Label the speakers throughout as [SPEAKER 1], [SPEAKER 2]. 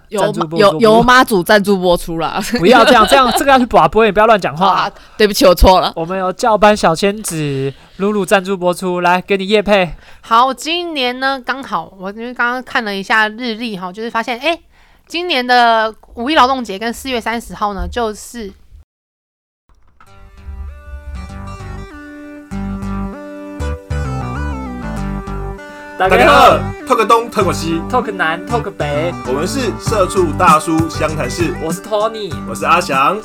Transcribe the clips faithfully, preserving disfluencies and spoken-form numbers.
[SPEAKER 1] 赞助播出，由由妈祖赞助播出啦。
[SPEAKER 2] 不要这样，这样这个要去拔播，也不要乱讲话、啊。
[SPEAKER 1] 对不起，我错了。
[SPEAKER 2] 我们有教班小千子露露赞助播出，来给你业配。
[SPEAKER 3] 好，今年呢刚好，我因为刚刚看了一下日历哈，就是发现哎，今年的五一劳动节跟四月三十号呢，就是
[SPEAKER 4] 大家好 ，Talk 东 Talk 西
[SPEAKER 2] ，Talk 南 Talk 北，
[SPEAKER 4] 我们是社畜大叔湘潭市。
[SPEAKER 2] 我是 Tony，
[SPEAKER 4] 我是阿翔。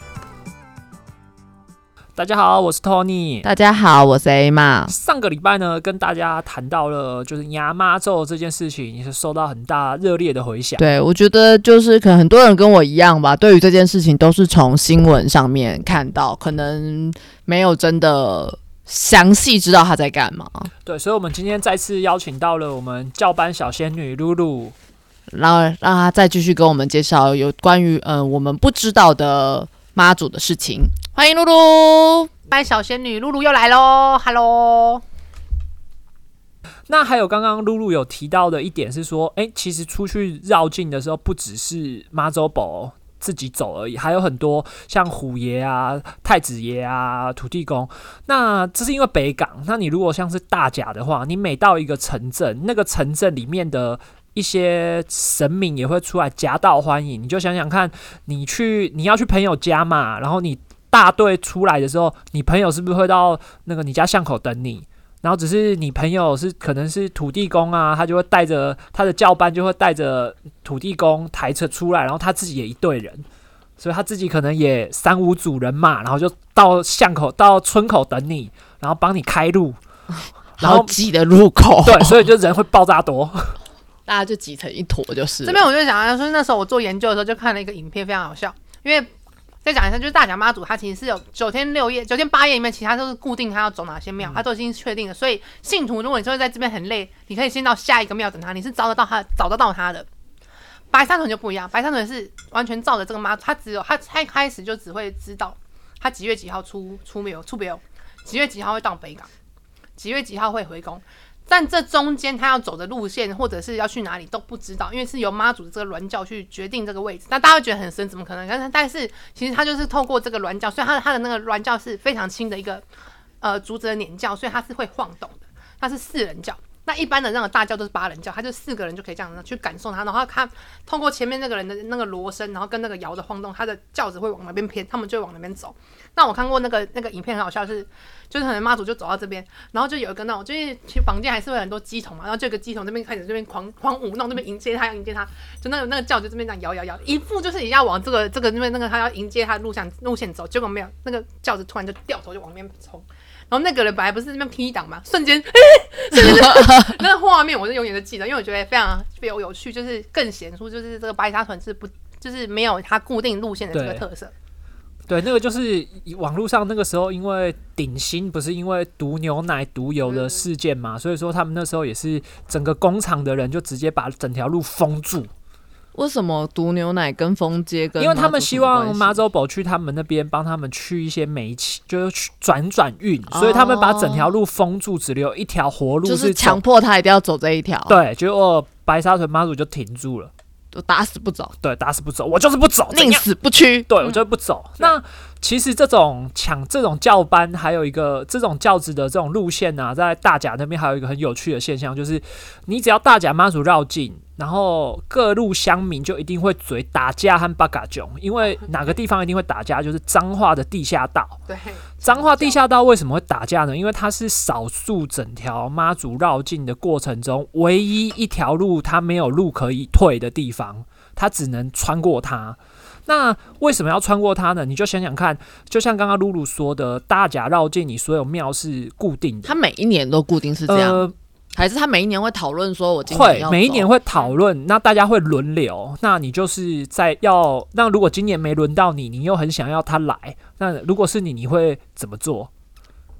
[SPEAKER 2] 大家好，我是 Tony。
[SPEAKER 1] 大家好，我是 A 妈。
[SPEAKER 2] 上个礼拜呢，跟大家谈到了就是牙妈咒这件事情，也是受到很大热烈的回响。
[SPEAKER 1] 对，我觉得就是可能很多人跟我一样吧，对于这件事情都是从新闻上面看到，可能没有真的详细知道他在干嘛。
[SPEAKER 2] 对，所以我们今天再次邀请到了我们教班小仙女露露，
[SPEAKER 1] 然后让她再继续跟我们介绍有关于呃我们不知道的妈祖的事情。欢迎露露，
[SPEAKER 3] 班小仙女露露又来喽 ，Hello。
[SPEAKER 2] 那还有刚刚露露有提到的一点是说，哎，其实出去绕境的时候，不只是妈祖婆自己走而已，还有很多像虎爷啊、太子爷啊、土地公。那这是因为北港，那你如果像是大甲的话，你每到一个城镇，那个城镇里面的一些神明也会出来夹道欢迎。你就想想看，你去你要去朋友家嘛，然后你大队出来的时候，你朋友是不是会到那个你家巷口等你？然后只是你朋友是可能是土地公啊，他就会带着他的教班就会带着土地公抬车出来，然后他自己也一队人，所以他自己可能也三五组人马，然后就到巷口到村口等你，然后帮你开路，
[SPEAKER 1] 然后挤的入口，
[SPEAKER 2] 对，所以就人会爆炸多，
[SPEAKER 1] 大家就挤成一坨就是。
[SPEAKER 3] 这边我就想说，那时候我做研究的时候就看了一个影片，非常好笑，因为。再讲一下，就是大甲妈祖，它其实是有九天六夜、九天八夜里面，其他都是固定他要走哪些庙，他都已经确定了。所以信徒，如果你说在这边很累，你可以先到下一个庙等他，你是找得到他、找得到他的。白沙屯就不一样，白沙屯是完全照着这个妈祖，他只有他他一开始就只会知道他几月几号出出庙出庙，几月几号会到北港，几月几号会回宫。但这中间他要走的路线或者是要去哪里都不知道，因为是由妈祖的这个銮教去决定这个位置。那大家会觉得很深，怎么可能？但是但是其实他就是透过这个銮教，所以他的他的那个銮教是非常轻的一个呃竹子的碾教，所以它是会晃动的，它是四人教。那一般的那个大教都是八人教，他就四个人就可以这样子去感受它，然后他通过前面那个人的那个锣声，然后跟那个摇的晃动，他的轿子会往那边偏，他们就会往那边走。那我看过那个那个影片很好笑是，就是可能妈祖就走到这边，然后就有一个那种，就是其实房间还是会有很多鸡桶嘛，然后就有个鸡桶这边开始这边狂狂舞弄，那边迎接他要迎接他，就那个那个轿就这边这样摇摇摇，一副就是也要往这个这个那边那个他要迎接他的路线路线走，结果没有，那个轿子突然就掉头就往那边冲。然后那个人本来不是那边 P 档嘛，瞬间，瞬间那个画面我是永远都记得，因为我觉得非常非常有趣，就是更显出就是这个白沙屯是不就是没有它固定路线的这个特色。
[SPEAKER 2] 对，那个就是网络上那个时候，因为鼎新不是因为毒牛奶、毒油的事件嘛，嗯、所以说他们那时候也是整个工厂的人就直接把整条路封住。
[SPEAKER 1] 为什么毒牛奶跟封街跟？
[SPEAKER 2] 因为他们希望妈祖宝去他们那边帮他们去一些煤气，就是转转运，哦、所以他们把整条路封住，只留一条活路是，
[SPEAKER 1] 就是强迫他一定要走这一条。
[SPEAKER 2] 对，结果白沙屯妈祖就停住了。
[SPEAKER 1] 就打死不走，
[SPEAKER 2] 对，打死不走，我就是不走，
[SPEAKER 1] 宁死不屈，
[SPEAKER 2] 对，我就是不走。嗯、那其实这种抢这种教班，还有一个这种教子的这种路线啊，在大甲那边还有一个很有趣的现象，就是你只要大甲妈祖绕境，然后各路乡民就一定会嘴打架和八嘎囧，因为哪个地方一定会打架，就是彰化的地下道。
[SPEAKER 3] 对，
[SPEAKER 2] 彰化地下道为什么会打架呢？因为它是少数整条妈祖绕境的过程中唯一一条路它没有路可以退的地方，它只能穿过它。那为什么要穿过它呢？你就想想看，就像刚刚露露说的，大甲绕境，你所有庙是固定的，
[SPEAKER 1] 它每一年都固定是这样。呃还是他每一年会讨论说，我今年要走，
[SPEAKER 2] 会每一年会讨论，那大家会轮流。那你就是在要，那如果今年没轮到你，你又很想要他来，那如果是你，你会怎么做？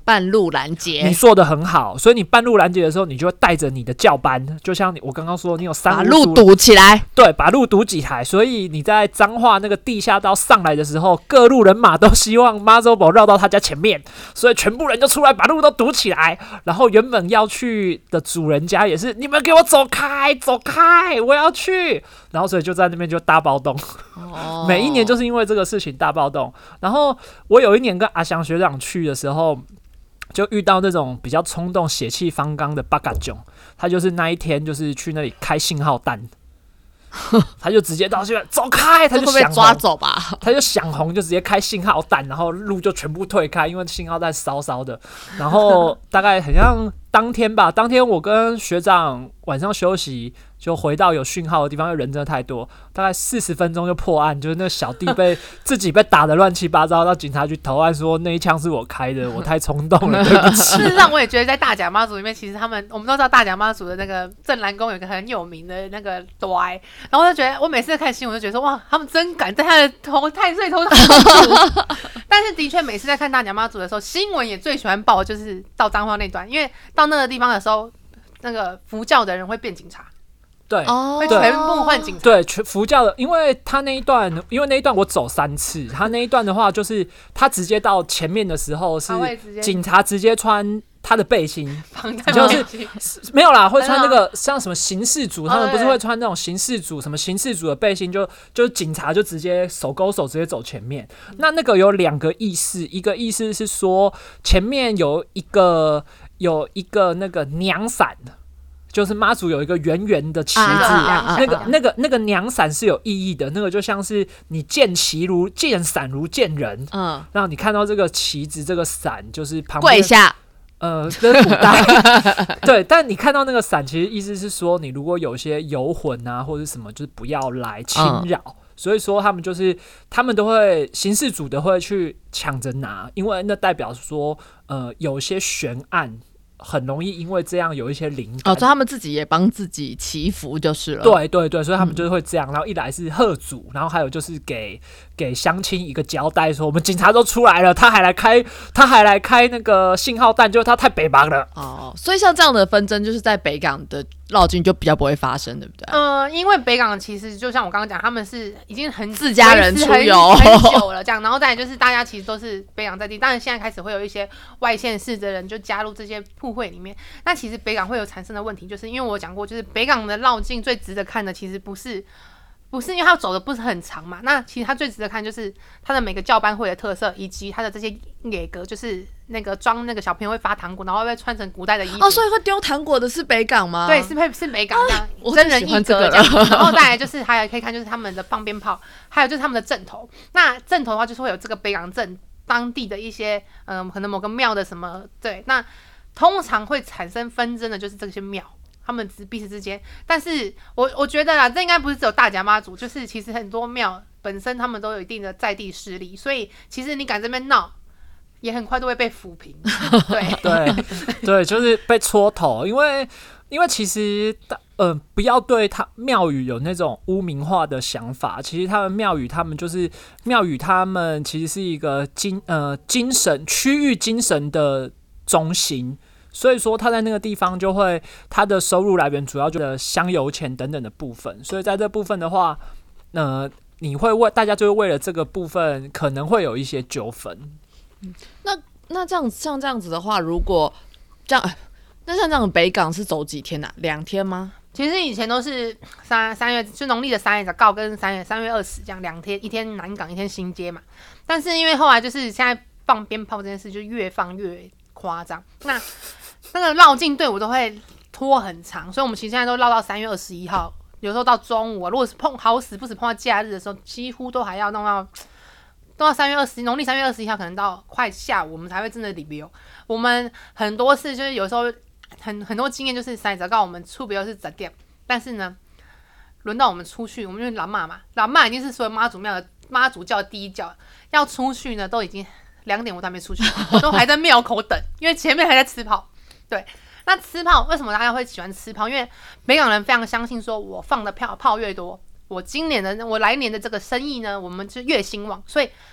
[SPEAKER 1] 半路拦截，
[SPEAKER 2] 你说的很好，所以你半路拦截的时候，你就会带着你的教班，就像你我刚刚说，你有三
[SPEAKER 1] 把路堵起来，
[SPEAKER 2] 对，把路堵起来。所以你在彰化那个地下道上来的时候，各路人马都希望妈祖宝绕到他家前面，所以全部人就出来把路都堵起来。然后原本要去的主人家也是，你们给我走开，走开，我要去。然后所以就在那边就大暴动，哦、每一年就是因为这个事情大暴动。然后我有一年跟阿翔学长去的时候，就遇到那种比较冲动、血气方刚的八嘎囧，他就是那一天就是去那里开信号弹，他就直接到这走开，他就
[SPEAKER 1] 会被抓走吧？
[SPEAKER 2] 他就响红，就直接开信号弹，然后路就全部退开，因为信号弹烧烧的。然后大概很像当天吧，当天我跟学长晚上休息，就回到有讯号的地方，因为人真的太多，大概四十分钟就破案，就是那个小弟被自己被打得乱七八糟，到警察局投案说那一枪是我开的，我太冲动了，对不起。
[SPEAKER 3] 事实上，我也觉得在大甲妈祖里面，其实他们我们都知道大甲妈祖的那个镇澜宫有一个很有名的那个端，然后我就觉得我每次看新闻就觉得说哇，他们真敢在他的头太岁头上住。但是的确，每次在看大甲妈祖的时候，新闻也最喜欢报就是到彰化那段，因为到那个地方的时候，那个佛教的人会变警察。
[SPEAKER 2] 对，
[SPEAKER 3] 会全部换警察。
[SPEAKER 2] 对，全佛教的，因为他那一段，因为那一段我走三次，他那一段的话，就是他直接到前面的时候是警察直接穿他的背心，就是没有啦，会穿那个像什么刑事组，他们不是会穿那种刑事组，什么刑事组的背心，就就是警察就直接手勾手直接走前面。那那个有两个意思，一个意思是说前面有一个有一个那个娘伞。就是妈祖有一个圆圆的旗子，啊、那个、那个、那个娘伞是有意义的，那个就像是你见旗如见伞如见人，嗯，然后你看到这个旗子、这个伞，就是旁边
[SPEAKER 1] 跪下，
[SPEAKER 2] 呃，这是古代，对，但你看到那个伞，其实意思是说，你如果有些游魂啊或者什么，就是不要来侵扰。嗯，所以说他们就是他们都会刑事组的会去抢着拿，因为那代表说，呃，有些悬案。很容易因为这样有一些灵感，
[SPEAKER 1] 哦，所以他们自己也帮自己祈福就是了。
[SPEAKER 2] 对对对，所以他们就是会这样。嗯、然后一来是贺祖，然后还有就是给给乡亲一个交代，说我们警察都出来了，他还来开，他还来开那个信号弹，就是他太北方了。
[SPEAKER 1] 哦，所以像这样的纷争，就是在北港的绕境就比较不会发生，对不对？
[SPEAKER 3] 呃，因为北港其实就像我刚刚讲，他们是已经很
[SPEAKER 1] 自家人出游
[SPEAKER 3] 很久了，这样，然后再来就是大家其实都是北港在地，当然现在开始会有一些外县市的人就加入这些互惠里面。那其实北港会有产生的问题，就是因为我讲过，就是北港的绕境最值得看的，其实不是不是因为它走的不是很长嘛，那其实它最值得看就是它的每个教班会的特色，以及它的这些野格，就是那个装那个小朋友会发糖果，然后会穿成古代的衣服。
[SPEAKER 1] 哦，所以会丢糖果的是北港吗？
[SPEAKER 3] 对，是是北港这样，哦、真人一格这样。然后再来就是还有可以看就是他们的放鞭炮，还有就是他们的阵头。那阵头的话就是会有这个北港镇当地的一些嗯、呃，可能某个庙的什么对那。通常会产生纷争的就是这些庙，他们彼此之间。但是我我觉得啦，这应该不是只有大甲妈祖，就是其实很多庙本身他们都有一定的在地势力，所以其实你敢这边闹，也很快都会被抚平。对
[SPEAKER 2] 对对，就是被戳头，因为因为其实呃，不要对他庙宇有那种污名化的想法。其实他们庙宇，他们就是庙宇，他们其实是一个精呃精神区域精神的中心。所以说他在那个地方就会他的收入来源主要就是香油钱等等的部分，所以在这部分的话，呃，你会为大家就会为了这个部分可能会有一些纠纷。
[SPEAKER 1] 那那这样像这样子的话，如果这样，那像这样北港是走几天啊？两天吗？
[SPEAKER 3] 其实以前都是三三月，就农历的三月告跟三月三月二十这样两天，一天南港，一天新街嘛。但是因为后来就是现在放鞭炮这件事就越放越夸张，那那个绕境队伍都会拖很长，所以我们其实现在都绕到三月二十一号，有时候到中午、啊，如果是碰好死不死碰到假日的时候，几乎都还要弄到弄到三月二十，农历三月二十一号，可能到快下午我们才会真的里游。我们很多次就是有时候很很多经验就是三早告我们出游是十点，但是呢，轮到我们出去，我们就喇嘛嘛，喇嘛已经是所有妈祖庙的妈祖教第一教，要出去呢都已经两点，我都还没出去，都还在庙口等，因为前面还在吃炮。对，那吃炮为什么大家会喜欢吃炮？因为北港人非常相信说，我放的炮炮越多，我今年的我来年的这个生意呢，我们就越兴旺。所以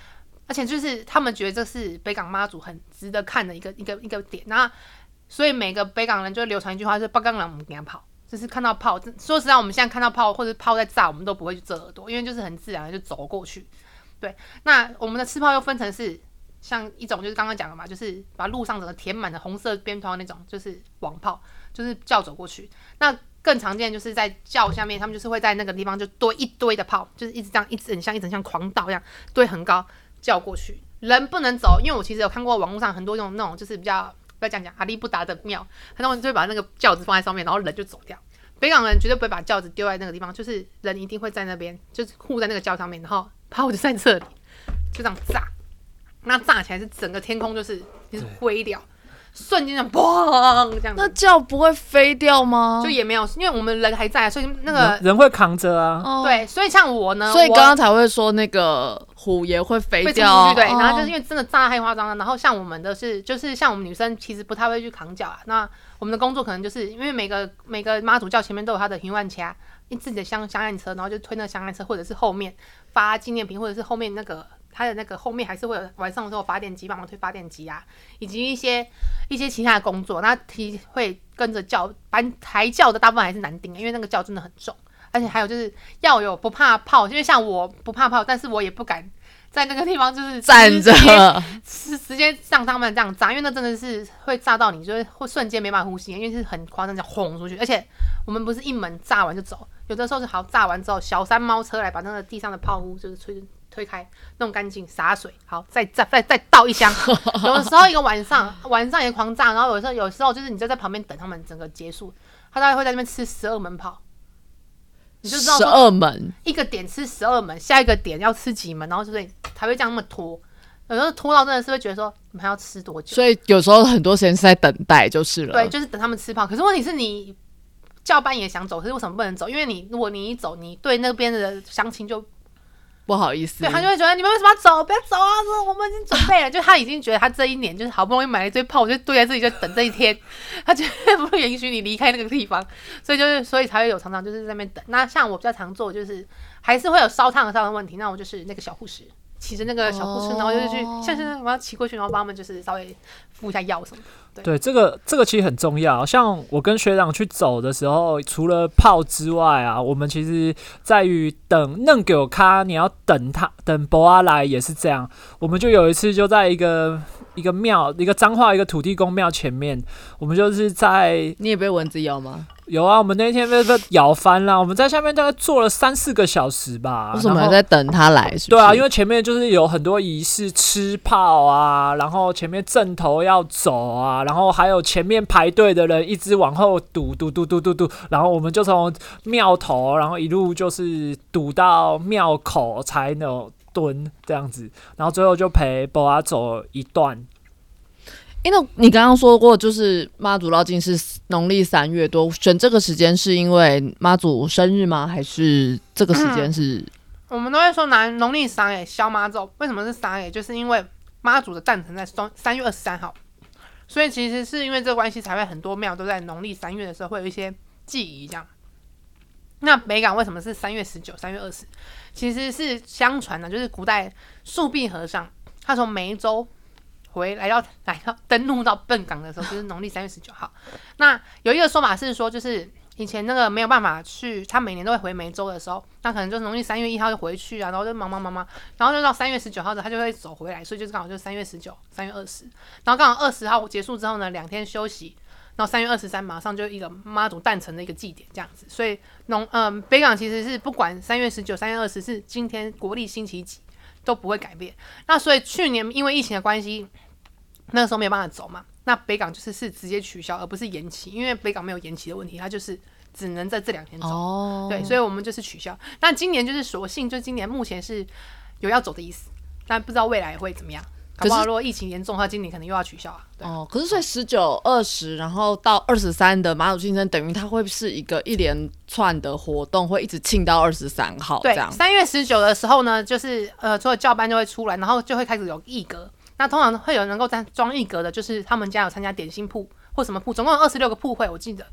[SPEAKER 3] 而且就是他们觉得这是北港妈祖很值得看的一个一个一个点，那所以每个北港人就流传一句话，就是北港人不怕炮，就是看到炮，说实在，我们现在看到炮或者炮在炸，我们都不会去遮耳朵，因为就是很自然的就走过去。对，那我们的吃炮又分成是像一种就是刚刚讲的嘛，就是把路上整个填满的红色边条那种，就是网炮，就是轿走过去。那更常见就是在轿下面，他们就是会在那个地方就堆一堆的炮，就是一直这样一整像一整像狂道一样堆很高，轿过去，人不能走。因为我其实有看过网络上很多种那种就是比较不要讲讲阿里不达的庙，他们就会把那个轿子放在上面，然后人就走掉。北港人绝对不会把轿子丢在那个地方，就是人一定会在那边，就是护在那个轿上面，然后炮就在这里，就这样炸。那炸起来是整个天空就是就是灰掉，瞬间就砰这样子。
[SPEAKER 1] 那轿不会飞掉吗？
[SPEAKER 3] 就也没有，因为我们人还在，所以那个
[SPEAKER 2] 人, 人会扛着啊。
[SPEAKER 1] 哦、
[SPEAKER 3] 对，所以像我呢，
[SPEAKER 1] 所以刚刚才会说那个虎爷会飞掉，
[SPEAKER 3] 对，
[SPEAKER 1] 哦、
[SPEAKER 3] 然后就是因为真的炸太夸张了。然后像我们的是，就是像我们女生其实不太会去扛轿啊。那我们的工作可能就是因为每个每个妈祖轿前面都有他的云万掐，自己的香香案车，然后就推那个香案车，或者是后面发纪念品，或者是后面那个。它的那个后面还是会有晚上的时候发电机帮忙推发电机啊，以及一些一些其他的工作，那提会跟着轿搬抬轿的大部分还是男丁，因为那个轿真的很重，而且还有就是要有不怕炮，因为像我不怕炮，但是我也不敢在那个地方就是
[SPEAKER 1] 站着，
[SPEAKER 3] 直直接让他们这样炸，因为那真的是会炸到你，就是会瞬间没办法呼吸，因为是很夸张，这样轰出去，而且我们不是一门炸完就走，有的时候是好炸完之后，小山猫车来把那个地上的炮屋就是吹。推开弄干净洒水，好再再再再倒一箱。有的时候一个晚上晚上也狂炸，然后有时候有时候就是你就在旁边等他们整个结束，他大概会在那边吃十二门炮，你就知道
[SPEAKER 1] 十二门
[SPEAKER 3] 一个点吃十二门，下一个点要吃几门，然后所以才会这样那么拖。有时候拖到真的是会觉得说你们还要吃多久？
[SPEAKER 1] 所以有时候很多时间是在等待就是了。
[SPEAKER 3] 对，就是等他们吃炮。可是问题是你教班也想走，可是为什么不能走？因为你如果你一走，你对那边的乡亲就。
[SPEAKER 1] 不好意思，
[SPEAKER 3] 对，他就会觉得你们为什么要走？不要走啊！我们已经准备了，就他已经觉得他这一年就是好不容易买了一堆炮，我就堆在这里就等这一天，他绝对不会允许你离开那个地方，所以就是所以才会有常常就是在那边等。那像我比较常做就是还是会有烧烫的烧的问题，那我就是那个小护士骑着那个小护士，然后就是去像是我要骑过去，然后帮他们就是稍微敷一下药什么的。对,
[SPEAKER 2] 对，这个这个其实很重要。像我跟学长去走的时候，除了炮之外啊，我们其实在于等嫩狗咖，你要等他等博阿来也是这样。我们就有一次就在一个一个庙，一个彰化一个土地公庙前面，我们就是在
[SPEAKER 1] 你也被蚊子咬吗？
[SPEAKER 2] 有啊，我们那天被被咬翻了，我们在下面大概坐了三四个小时吧。
[SPEAKER 1] 为什么还在等他来是不是？
[SPEAKER 2] 对啊，因为前面就是有很多仪式，吃炮啊，然后前面阵头要走啊，然后还有前面排队的人一直往后堵堵堵堵堵堵，然后我们就从庙头，然后一路就是堵到庙口才能蹲这样子，然后最后就陪博阿走一段。
[SPEAKER 1] 因为你刚刚说过，就是妈祖绕境是农历三月多，选这个时间是因为妈祖生日吗？还是这个时间是、嗯？
[SPEAKER 3] 我们都会说拿农历三月消妈祖，为什么是三月？就是因为妈祖的诞辰在三月二十三号，所以其实是因为这个关系，才会很多庙都在农历三月的时候会有一些祭仪这样。那北港为什么是三月十九、三月二十？其实是相传的，就是古代树壁和尚他从梅州。回来到来到登陆到笨港的时候，就是农历三月十九号。那有一个说法是说，就是以前那个没有办法去，他每年都会回梅州的时候，那可能就是农历三月一号就回去啊，然后就忙忙忙忙，然后就到三月十九号的他就会走回来，所以就是刚好就是三月十九、三月二十，然后刚好二十号结束之后呢，两天休息，然后三月二十三马上就一个妈祖诞辰的一个祭典这样子。所以农嗯北港其实是不管三月十九、三月二十是今天国历星期几都不会改变。那所以去年因为疫情的关系。那个时候没有办法走嘛，那北港就是是直接取消，而不是延期，因为北港没有延期的问题，它就是只能在这两天走。哦、对，所以我们就是取消。那今年就是索性，就今年目前是有要走的意思，但不知道未来会怎么样。搞不好如果疫情严重的话，今年可能又要取消啊。对
[SPEAKER 1] 哦，可是所以十九、二十，然后到二十三的马祖庆生，等于它会是一个一连串的活动，会一直庆到二十三号这样。
[SPEAKER 3] 对，三月十九的时候呢，就是呃，所有教班就会出来，然后就会开始有义格。那通常会有能够装义格的，就是他们家有参加点心铺或什么铺，总共有二十六个铺会，我记得。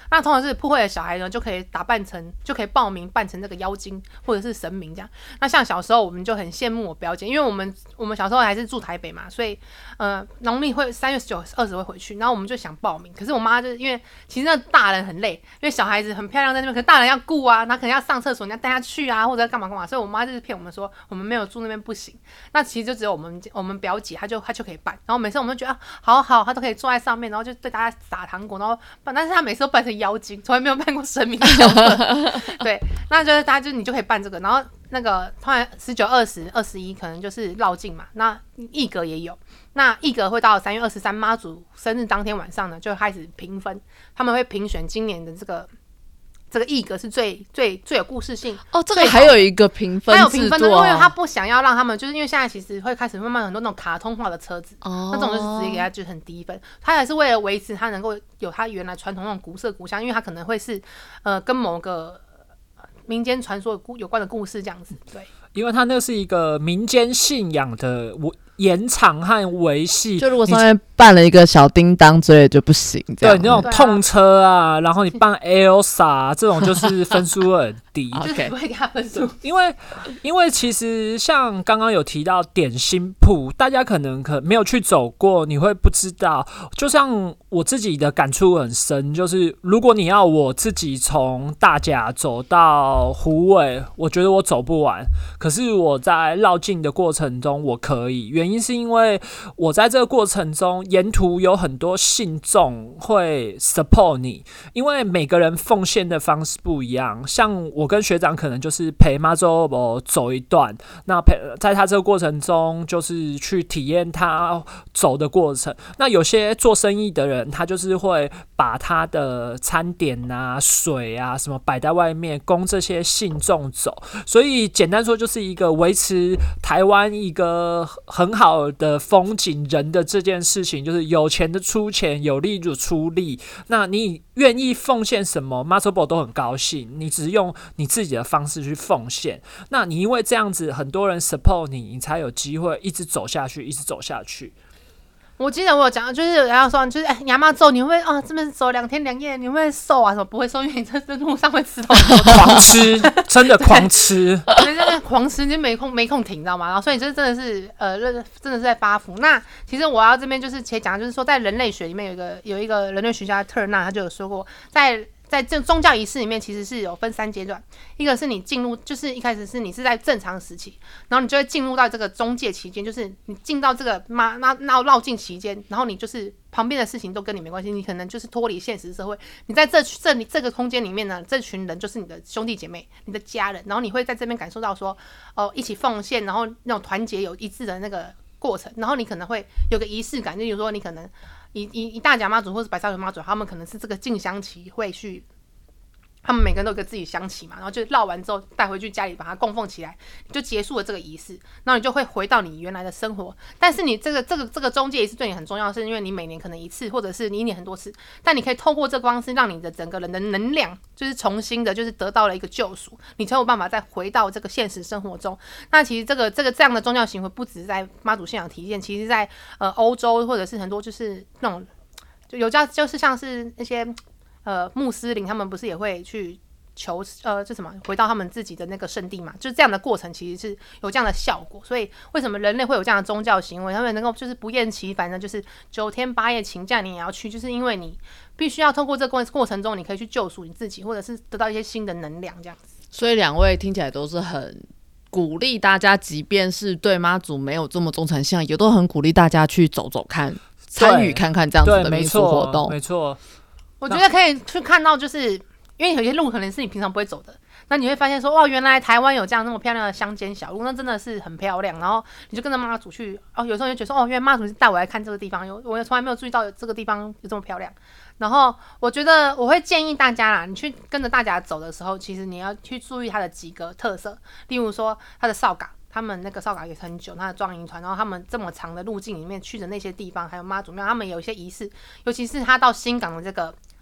[SPEAKER 3] 那通常是普惠的小孩呢，就可以打扮成，就可以报名扮成这个妖精或者是神明这样。那像小时候我们就很羡慕我表姐，因为我们我们小时候还是住台北嘛，所以呃农历会三月十九、二十会回去，然后我们就想报名。可是我妈就是因为其实那大人很累，因为小孩子很漂亮在那边，可是大人要顾啊，那可能要上厕所，你要带他去啊，或者干嘛干嘛。所以我妈就是骗我们说我们没有住那边不行。那其实就只有我们我们表姐，她就她就可以办。然后每次我们都觉得啊好好，她都可以坐在上面，然后就对大家撒糖果，然后办。但是她每次都扮成妖精，从来没有扮过神明的角色。对，那就是大家就你就可以办这个，然后那个突然十九、二十、二十一可能就是绕境嘛。那艺格也有，那艺格会到三月二十三妈祖生日当天晚上呢，就开始评分，他们会评选今年的这个。这个艺格是最最最有故事性
[SPEAKER 1] 哦，这个还有一个评分制度、哦，
[SPEAKER 3] 还有评分的，因为他不想要让他们，就是因为现在其实会开始慢慢很多那种卡通化的车子，哦、那种就是直接给他就是很低分，他还是为了维持他能够有他原来传统那种古色古香，因为他可能会是呃跟某个民间传说有关的故事这样子，对，
[SPEAKER 2] 因为他那是一个民间信仰的延长和维系，
[SPEAKER 1] 就如果上面办了一个小叮当之类的就不行，这样
[SPEAKER 2] 对，那种痛车啊，然后你办 Elsa、啊、这种就是分数很低
[SPEAKER 3] 就是不会给他分数。
[SPEAKER 2] 因为因为其实像刚刚有提到点心铺，大家可能可没有去走过，你会不知道。就像我自己的感触很深，就是如果你要我自己从大甲走到虎尾，我觉得我走不完。可是我在绕境的过程中，我可以，原因是因为我在这个过程中，沿途有很多信众会 support 你，因为每个人奉献的方式不一样。像我跟学长可能就是陪妈祖婆走一段，那陪在他这个过程中，就是去体验他走的过程。那有些做生意的人，他就是会把他的餐点啊、水啊什么摆在外面，供这些信众走。所以简单说，就是一个维持台湾一个很好的风景人的这件事情，就是有钱的出钱，有力就出力。那你愿意奉献什么，妈祖婆都很高兴。你只是用你自己的方式去奉献，那你因为这样子，很多人 support 你，你才有机会一直走下去，一直走下去。
[SPEAKER 3] 我记得我有讲，就是人家说，就是哎，你阿嬷走，你会不会啊？这边走两天两夜，你会不会瘦啊？什么不会瘦，因为你在这路上会吃到很多
[SPEAKER 2] 狂吃，真的狂吃，
[SPEAKER 3] 对，真的狂吃，就没空没空停，你知道吗？然后所以这真的是呃，真的是在发福。那其实我要这边就是其实讲，就是说在人类学里面有一个有一个人类学家特尔纳，他就有说过，在在这宗教仪式里面，其实是有分三阶段。一个是你进入，就是一开始是你是在正常时期，然后你就会进入到这个中介期间，就是你进到这个妈那那绕境期间，然后你就是旁边的事情都跟你没关系，你可能就是脱离现实社会。你在这这里这个空间里面呢，这群人就是你的兄弟姐妹、你的家人，然后你会在这边感受到说，哦、呃，一起奉献，然后那种团结有一致的那个过程，然后你可能会有个仪式感，就比如说你可能。以以以大甲妈祖或是白沙屯妈祖，他们可能是这个进香期会去，他们每个人都有个自己香旗嘛，然后就绕完之后带回去家里把它供奉起来，你就结束了这个仪式，然后你就会回到你原来的生活。但是你这个这个这个中介仪式对你很重要，是因为你每年可能一次，或者是你一年很多次，但你可以透过这个方式让你的整个人的能量就是重新的，就是得到了一个救赎，你才有办法再回到这个现实生活中。那其实这个这个这样的宗教行为不只是在妈祖信仰体现，其实在呃欧洲或者是很多就是那种就有家就是像是那些。呃，穆斯林他们不是也会去求呃，这什么回到他们自己的那个圣地嘛？就是这样的过程，其实是有这样的效果。所以为什么人类会有这样的宗教行为？他们能够就是不厌其烦的，就是九天八夜请假你也要去，就是因为你必须要透过这个过程中，你可以去救赎你自己，或者是得到一些新的能量，这样子。
[SPEAKER 1] 所以两位听起来都是很鼓励大家，即便是对妈祖没有这么忠诚信仰，也都很鼓励大家去走走看，参与看看这样子的民俗活动。
[SPEAKER 2] 没错。
[SPEAKER 3] 我觉得可以去看到，就是因为有些路可能是你平常不会走的，那你会发现说，哇，原来台湾有这样那么漂亮的乡间小路，那真的是很漂亮。然后你就跟着妈祖去，哦，有时候就觉得说，哦，原来妈祖是带我来看这个地方，有我从来没有注意到有这个地方有这么漂亮。然后我觉得我会建议大家啦，你去跟着大家走的时候，其实你要去注意它的几个特色，例如说它的哨岗。他们那个哨岗也很久，他的壮银团，然后他们这么长的路径里面去的那些地方，还有妈祖庙，他们有一些仪式，尤其是他到新港的这个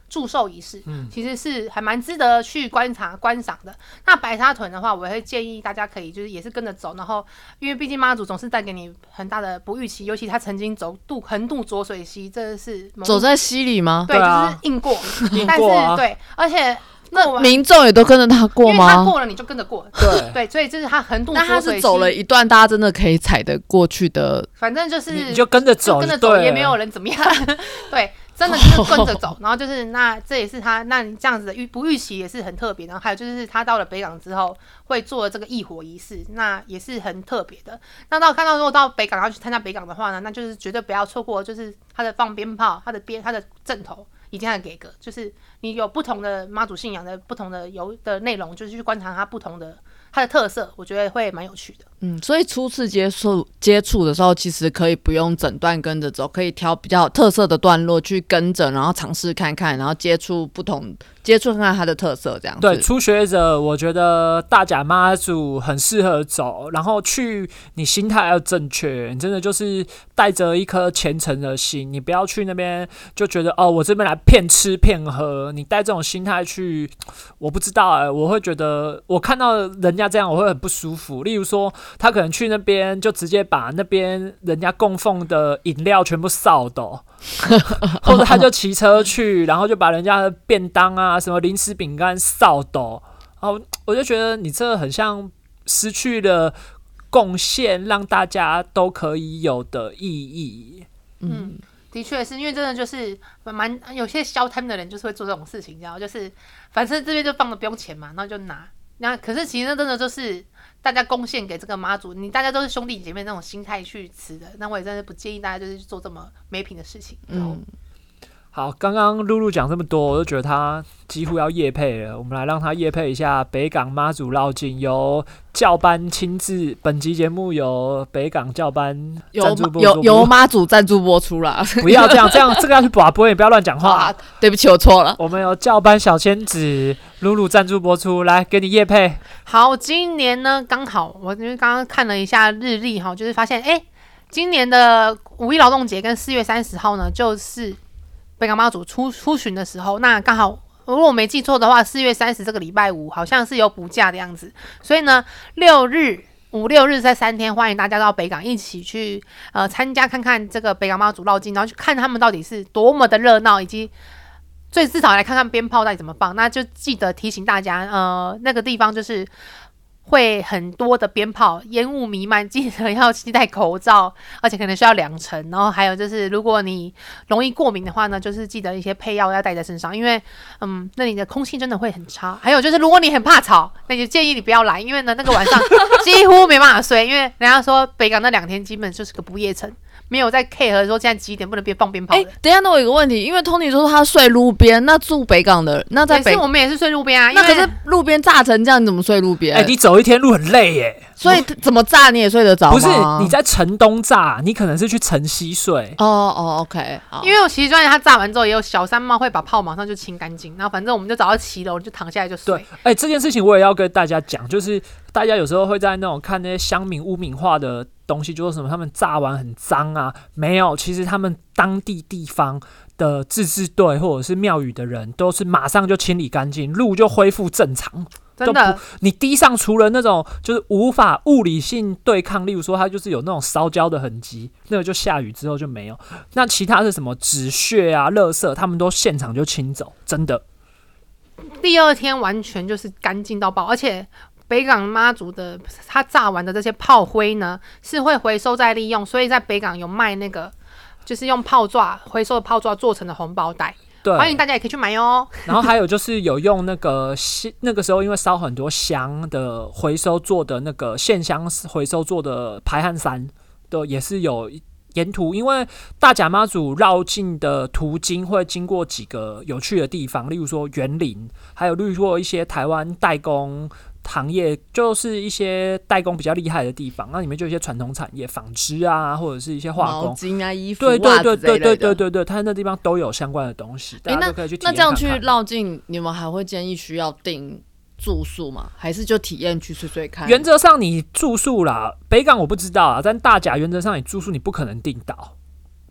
[SPEAKER 3] 祝寿仪式，嗯，其实是还蛮值得去观察观赏的。那白沙屯的话，我会建议大家可以就是也是跟着走，然后因为毕竟妈祖总是带给你很大的不预期，尤其他曾经走渡横渡浊水溪，这是
[SPEAKER 1] 走在溪里吗？
[SPEAKER 3] 对，啊、就是硬过，但是、啊、对，而且。
[SPEAKER 1] 那民众也都跟着他过吗？
[SPEAKER 3] 因为他过了，你就跟着过。
[SPEAKER 2] 对
[SPEAKER 3] 对，所以这是他横渡浊水溪。
[SPEAKER 1] 那他是走了一段，大家真的可以踩得过去的。
[SPEAKER 3] 反正就是
[SPEAKER 2] 你就跟着走，
[SPEAKER 3] 跟着走也没有人怎么样。对，真的就是跟着走。然后就是那这也是他那这样子的预不预期也是很特别。然后还有就是他到了北港之后会做这个义火仪式，那也是很特别的。那到看到如果到北港要去参加北港的话呢，那就是绝对不要错过，就是他的放鞭炮，他的鞭，他的阵头。以及它的给格，就是你有不同的妈祖信仰的不同的有的内容，就是去观察它不同的它的特色，我觉得会蛮有趣的。
[SPEAKER 1] 嗯，所以初次接触接触的时候，其实可以不用整段跟着走，可以挑比较有特色的段落去跟着，然后尝试看看，然后接触不同接触看看它的特色，这样子。
[SPEAKER 2] 对，初学者我觉得大甲妈祖很适合走，然后去你心态要正确，你真的就是带着一颗虔诚的心，你不要去那边就觉得哦，我这边来骗吃骗喝，你带这种心态去，我不知道哎、欸，我会觉得我看到人家这样我会很不舒服。例如说，他可能去那边就直接把那边人家供奉的饮料全部扫走，或者他就骑车去，然后就把人家的便当啊、什么零食饼干扫走，然后我就觉得你这很像失去了贡献，让大家都可以有的意义。
[SPEAKER 3] 嗯，的确是因为真的就是蛮有些消摊的人就是会做这种事情，然后就是反正这边就放的不用钱嘛，然后就拿。那可是其实那真的就是大家贡献给这个妈祖，你大家都是兄弟姐妹那种心态去吃的，那我也真的不建议大家就是做这么没品的事情。嗯，
[SPEAKER 2] 好，刚刚露露讲这么多，我就觉得他几乎要业配了，我们来让他业配一下北港妈祖绕境，由教班亲自，本集节目由北港教班赞助播出，
[SPEAKER 1] 由由妈祖赞助播出啦。
[SPEAKER 2] 不要这样，这样这个要去拔播，也不要乱讲话、啊。
[SPEAKER 1] 对不起，我错了。
[SPEAKER 2] 我们有教班小仙子露露赞助播出，来给你业配。
[SPEAKER 3] 好，今年呢刚好我因为刚刚看了一下日历哈，就是发现哎、欸，今年的五一劳动节跟四月三十号呢，就是北港妈祖出出巡的时候，那刚好如果我没记错的话，四月三十这个礼拜五好像是有补假的样子，所以呢，六日五六日这三天，欢迎大家到北港一起去呃参加看看这个北港妈祖绕境，然后去看他们到底是多么的热闹，以及最至少来看看鞭炮到底怎么放。那就记得提醒大家，呃，那个地方就是会很多的鞭炮，烟雾弥漫，记得要携带口罩，而且可能需要两层。然后还有就是，如果你容易过敏的话呢，就是记得一些配药要带在身上，因为嗯，那里的空气真的会很差。还有就是，如果你很怕吵，那就建议你不要来，因为呢，那个晚上几乎没办法睡，因为人家说北港那两天基本就是个不夜城。没有在 care 说现在几点不能别放鞭炮的。哎、
[SPEAKER 1] 欸，等一下，那我有个问题，因为 Tony 说他睡路边，那住北港的，那在北，
[SPEAKER 3] 是我们也是睡路边啊。
[SPEAKER 1] 那可是路边炸成这样，你怎么睡路边？
[SPEAKER 2] 哎、欸，你走一天路很累耶。
[SPEAKER 1] 所以怎么炸你也睡得着吗？
[SPEAKER 2] 不是你在城东炸，你可能是去城西睡。
[SPEAKER 1] 哦哦 ，OK，
[SPEAKER 3] 因为我其实专业他炸完之后，也有小三猫会把炮马上就清干净，然后反正我们就找到骑楼就躺下来就睡。
[SPEAKER 2] 对，哎、欸，这件事情我也要跟大家讲，就是大家有时候会在那种看那些乡民污名化的东西，就说什么他们炸完很脏啊，没有，其实他们当地地方的自治队或者是庙宇的人都是马上就清理干净，路就恢复正常。
[SPEAKER 3] 真的，
[SPEAKER 2] 你地上除了那种就是无法物理性对抗，例如说它就是有那种烧焦的痕迹，那个就下雨之后就没有。那其他是什么纸屑啊、垃圾，他们都现场就清走，真的。
[SPEAKER 3] 第二天完全就是干净到爆，而且北港妈祖的他炸完的这些炮灰呢，是会回收再利用，所以在北港有卖那个就是用炮爪回收的炮爪做成的红包袋。欢迎大家也可以去买哟。
[SPEAKER 2] 然后还有就是有用那个那个时候因为烧很多香的回收做的那个线香回收做的排汗衫的，也是有沿途，因为大甲妈祖绕境的途经会经过几个有趣的地方，例如说园林，还有例如说一些台湾代工行业，就是一些代工比较厉害的地方，那里面就有一些传统产业，纺织啊，或者是一些化工、
[SPEAKER 1] 毛巾啊、衣服、
[SPEAKER 2] 对对对对对
[SPEAKER 1] 对
[SPEAKER 2] 对对，它那地方都有相关的东西，大家都可以去体验看看。
[SPEAKER 1] 那这样去绕境，你们还会建议需要订住宿吗？还是就体验去睡睡看？
[SPEAKER 2] 原则上你住宿啦，北港我不知道啊，但大甲原则上你住宿你不可能订到。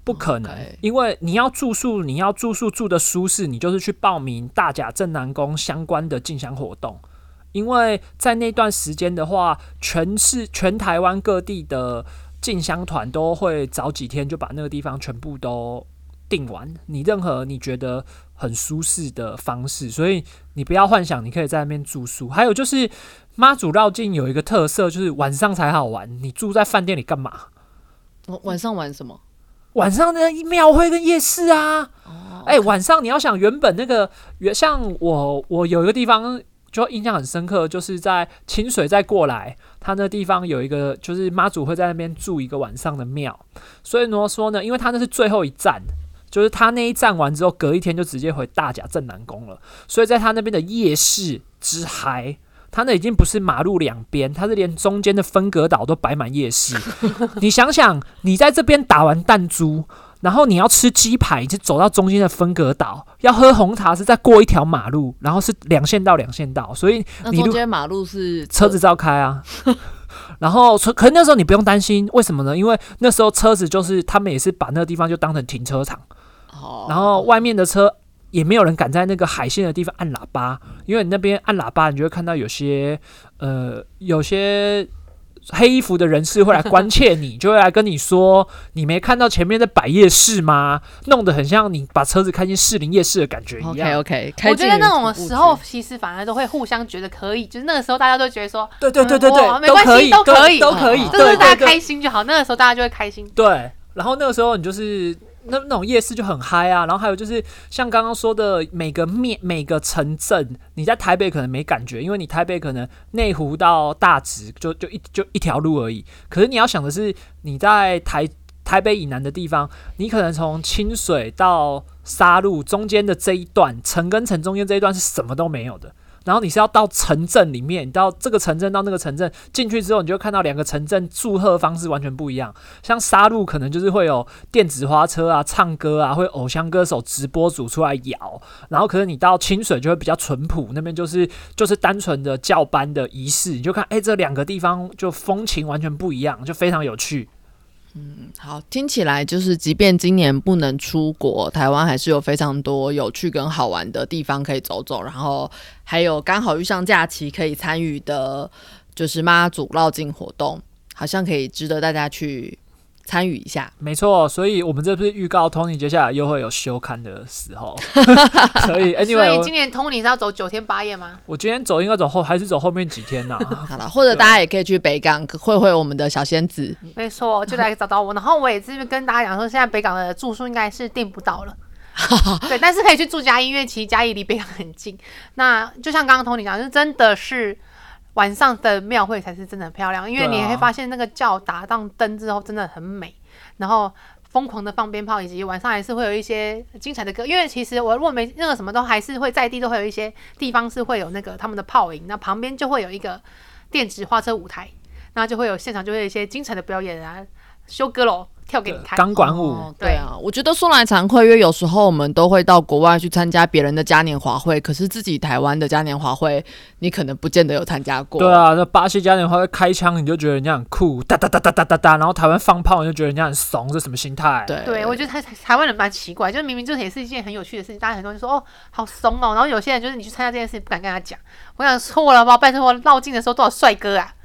[SPEAKER 2] 不可能，
[SPEAKER 1] okay.
[SPEAKER 2] 因为你要住宿，你要住宿住的舒适，你就是去报名大甲镇南宫相关的进香活动。因为在那段时间的话，全是全台湾各地的进香团都会早几天就把那个地方全部都订完，你任何你觉得很舒适的方式，所以你不要幻想你可以在那边住宿。还有就是妈祖绕境有一个特色，就是晚上才好玩，你住在饭店里干嘛？
[SPEAKER 1] 哦、晚上玩什么？
[SPEAKER 2] 晚上的庙会跟夜市啊。哦，哎、欸，晚上你要想原本那个，像我我有一个地方。就印象很深刻，就是在清水再过来，他那地方有一个，就是妈祖会在那边住一个晚上的庙。所以说呢，因为他那是最后一站，就是他那一站完之后，隔一天就直接回大甲镇南宫了。所以在他那边的夜市之嗨，他那已经不是马路两边，他是连中间的分隔岛都摆满夜市。你想想，你在这边打完弹珠。然后你要吃鸡排，就走到中间的分隔岛；要喝红茶是再过一条马路，然后是两线道两线道，所以你
[SPEAKER 1] 那中间马路是
[SPEAKER 2] 车子照开啊。然后，可是那时候你不用担心，为什么呢？因为那时候车子就是他们也是把那个地方就当成停车场，哦、然后外面的车也没有人敢在那个海线的地方按喇叭，因为你那边按喇叭，你就会看到有些呃有些。黑衣服的人士会来关切你，就会来跟你说：“你没看到前面的百夜市吗？”弄得很像你把车子开进士林夜市的感觉一样。
[SPEAKER 1] OK OK，
[SPEAKER 3] 我觉得那种时候其实反而都会互相觉得可以，就是那个时候大家都觉得说：“
[SPEAKER 2] 对对对对对，
[SPEAKER 3] 嗯、没关系，
[SPEAKER 2] 都
[SPEAKER 3] 可以，
[SPEAKER 2] 都可以，
[SPEAKER 3] 就是大家开心就好。”那个时候大家就会开心。
[SPEAKER 2] 对，然后那个时候你就是。那, 那种夜市就很嗨啊，然后还有就是像刚刚说的每个面每个城镇，你在台北可能没感觉，因为你台北可能内湖到大直就就一就一条路而已。可是你要想的是，你在台台北以南的地方，你可能从清水到沙鹿中间的这一段，城跟城中间这一段是什么都没有的。然后你是要到城镇里面，你到这个城镇到那个城镇进去之后，你就看到两个城镇祝贺方式完全不一样。像沙鹿可能就是会有电子花车啊、唱歌啊，会有偶像歌手、直播主出来摇。然后可是你到清水就会比较淳朴，那边就是就是单纯的教班的仪式，你就看哎，这两个地方就风情完全不一样，就非常有趣。
[SPEAKER 1] 嗯，好，听起来就是即便今年不能出国，台湾还是有非常多有趣跟好玩的地方可以走走，然后还有刚好遇上假期可以参与的就是妈祖绕境活动，好像可以值得大家去参与一下。
[SPEAKER 2] 没错，所以我们这不是预告 Tony 接下来又会有休刊的时候。所以 anyway，
[SPEAKER 3] 所以今年 Tony 是要走九天八夜吗？
[SPEAKER 2] 我今天走应该走后还是走后面几天呐、啊？
[SPEAKER 1] 好了，或者大家也可以去北港会会我们的小仙子。
[SPEAKER 3] 没错，就来找到我。然后我也是跟大家讲说，现在北港的住宿应该是订不到了。对，但是可以去住嘉义，因为其实嘉义离北港很近。那就像刚刚 Tony 讲，就真的是晚上的庙会才是真的很漂亮，因为你会发现那个教打上灯之后真的很美，然后疯狂的放鞭炮，以及晚上还是会有一些精彩的歌。因为其实我如果没那个什么都还是会在地都会有一些地方是会有那个他们的炮营，那旁边就会有一个电子花车舞台，那就会有现场就会有一些精彩的表演啊，修歌楼跳给你看，
[SPEAKER 2] 钢管舞、
[SPEAKER 1] 哦。对啊，我觉得说来惭愧，因为有时候我们都会到国外去参加别人的嘉年华会，可是自己台湾的嘉年华会，你可能不见得有参加过。
[SPEAKER 2] 对啊，那巴西嘉年华会开枪，你就觉得人家很酷，哒哒哒哒哒哒哒，然后台湾放炮，你就觉得人家很怂，这什么心态？
[SPEAKER 1] 对，
[SPEAKER 3] 对我觉得台台湾人蛮奇怪，就是明明这也是一件很有趣的事情，大家很多人就说哦好怂哦，然后有些人就是你去参加这件事情不敢跟他讲。我想错了吧，拜托我绕境的时候多少帅哥啊！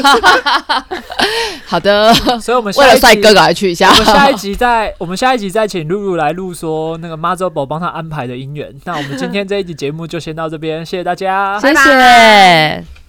[SPEAKER 1] 好的，
[SPEAKER 2] 所以我们
[SPEAKER 1] 为了帅哥赶快去一下。
[SPEAKER 2] 我们下一集再，我们下一集再请露露来录说那个妈祖宝帮他安排的姻缘。那我们今天这一集节目就先到这边，谢谢大家，
[SPEAKER 1] 谢谢。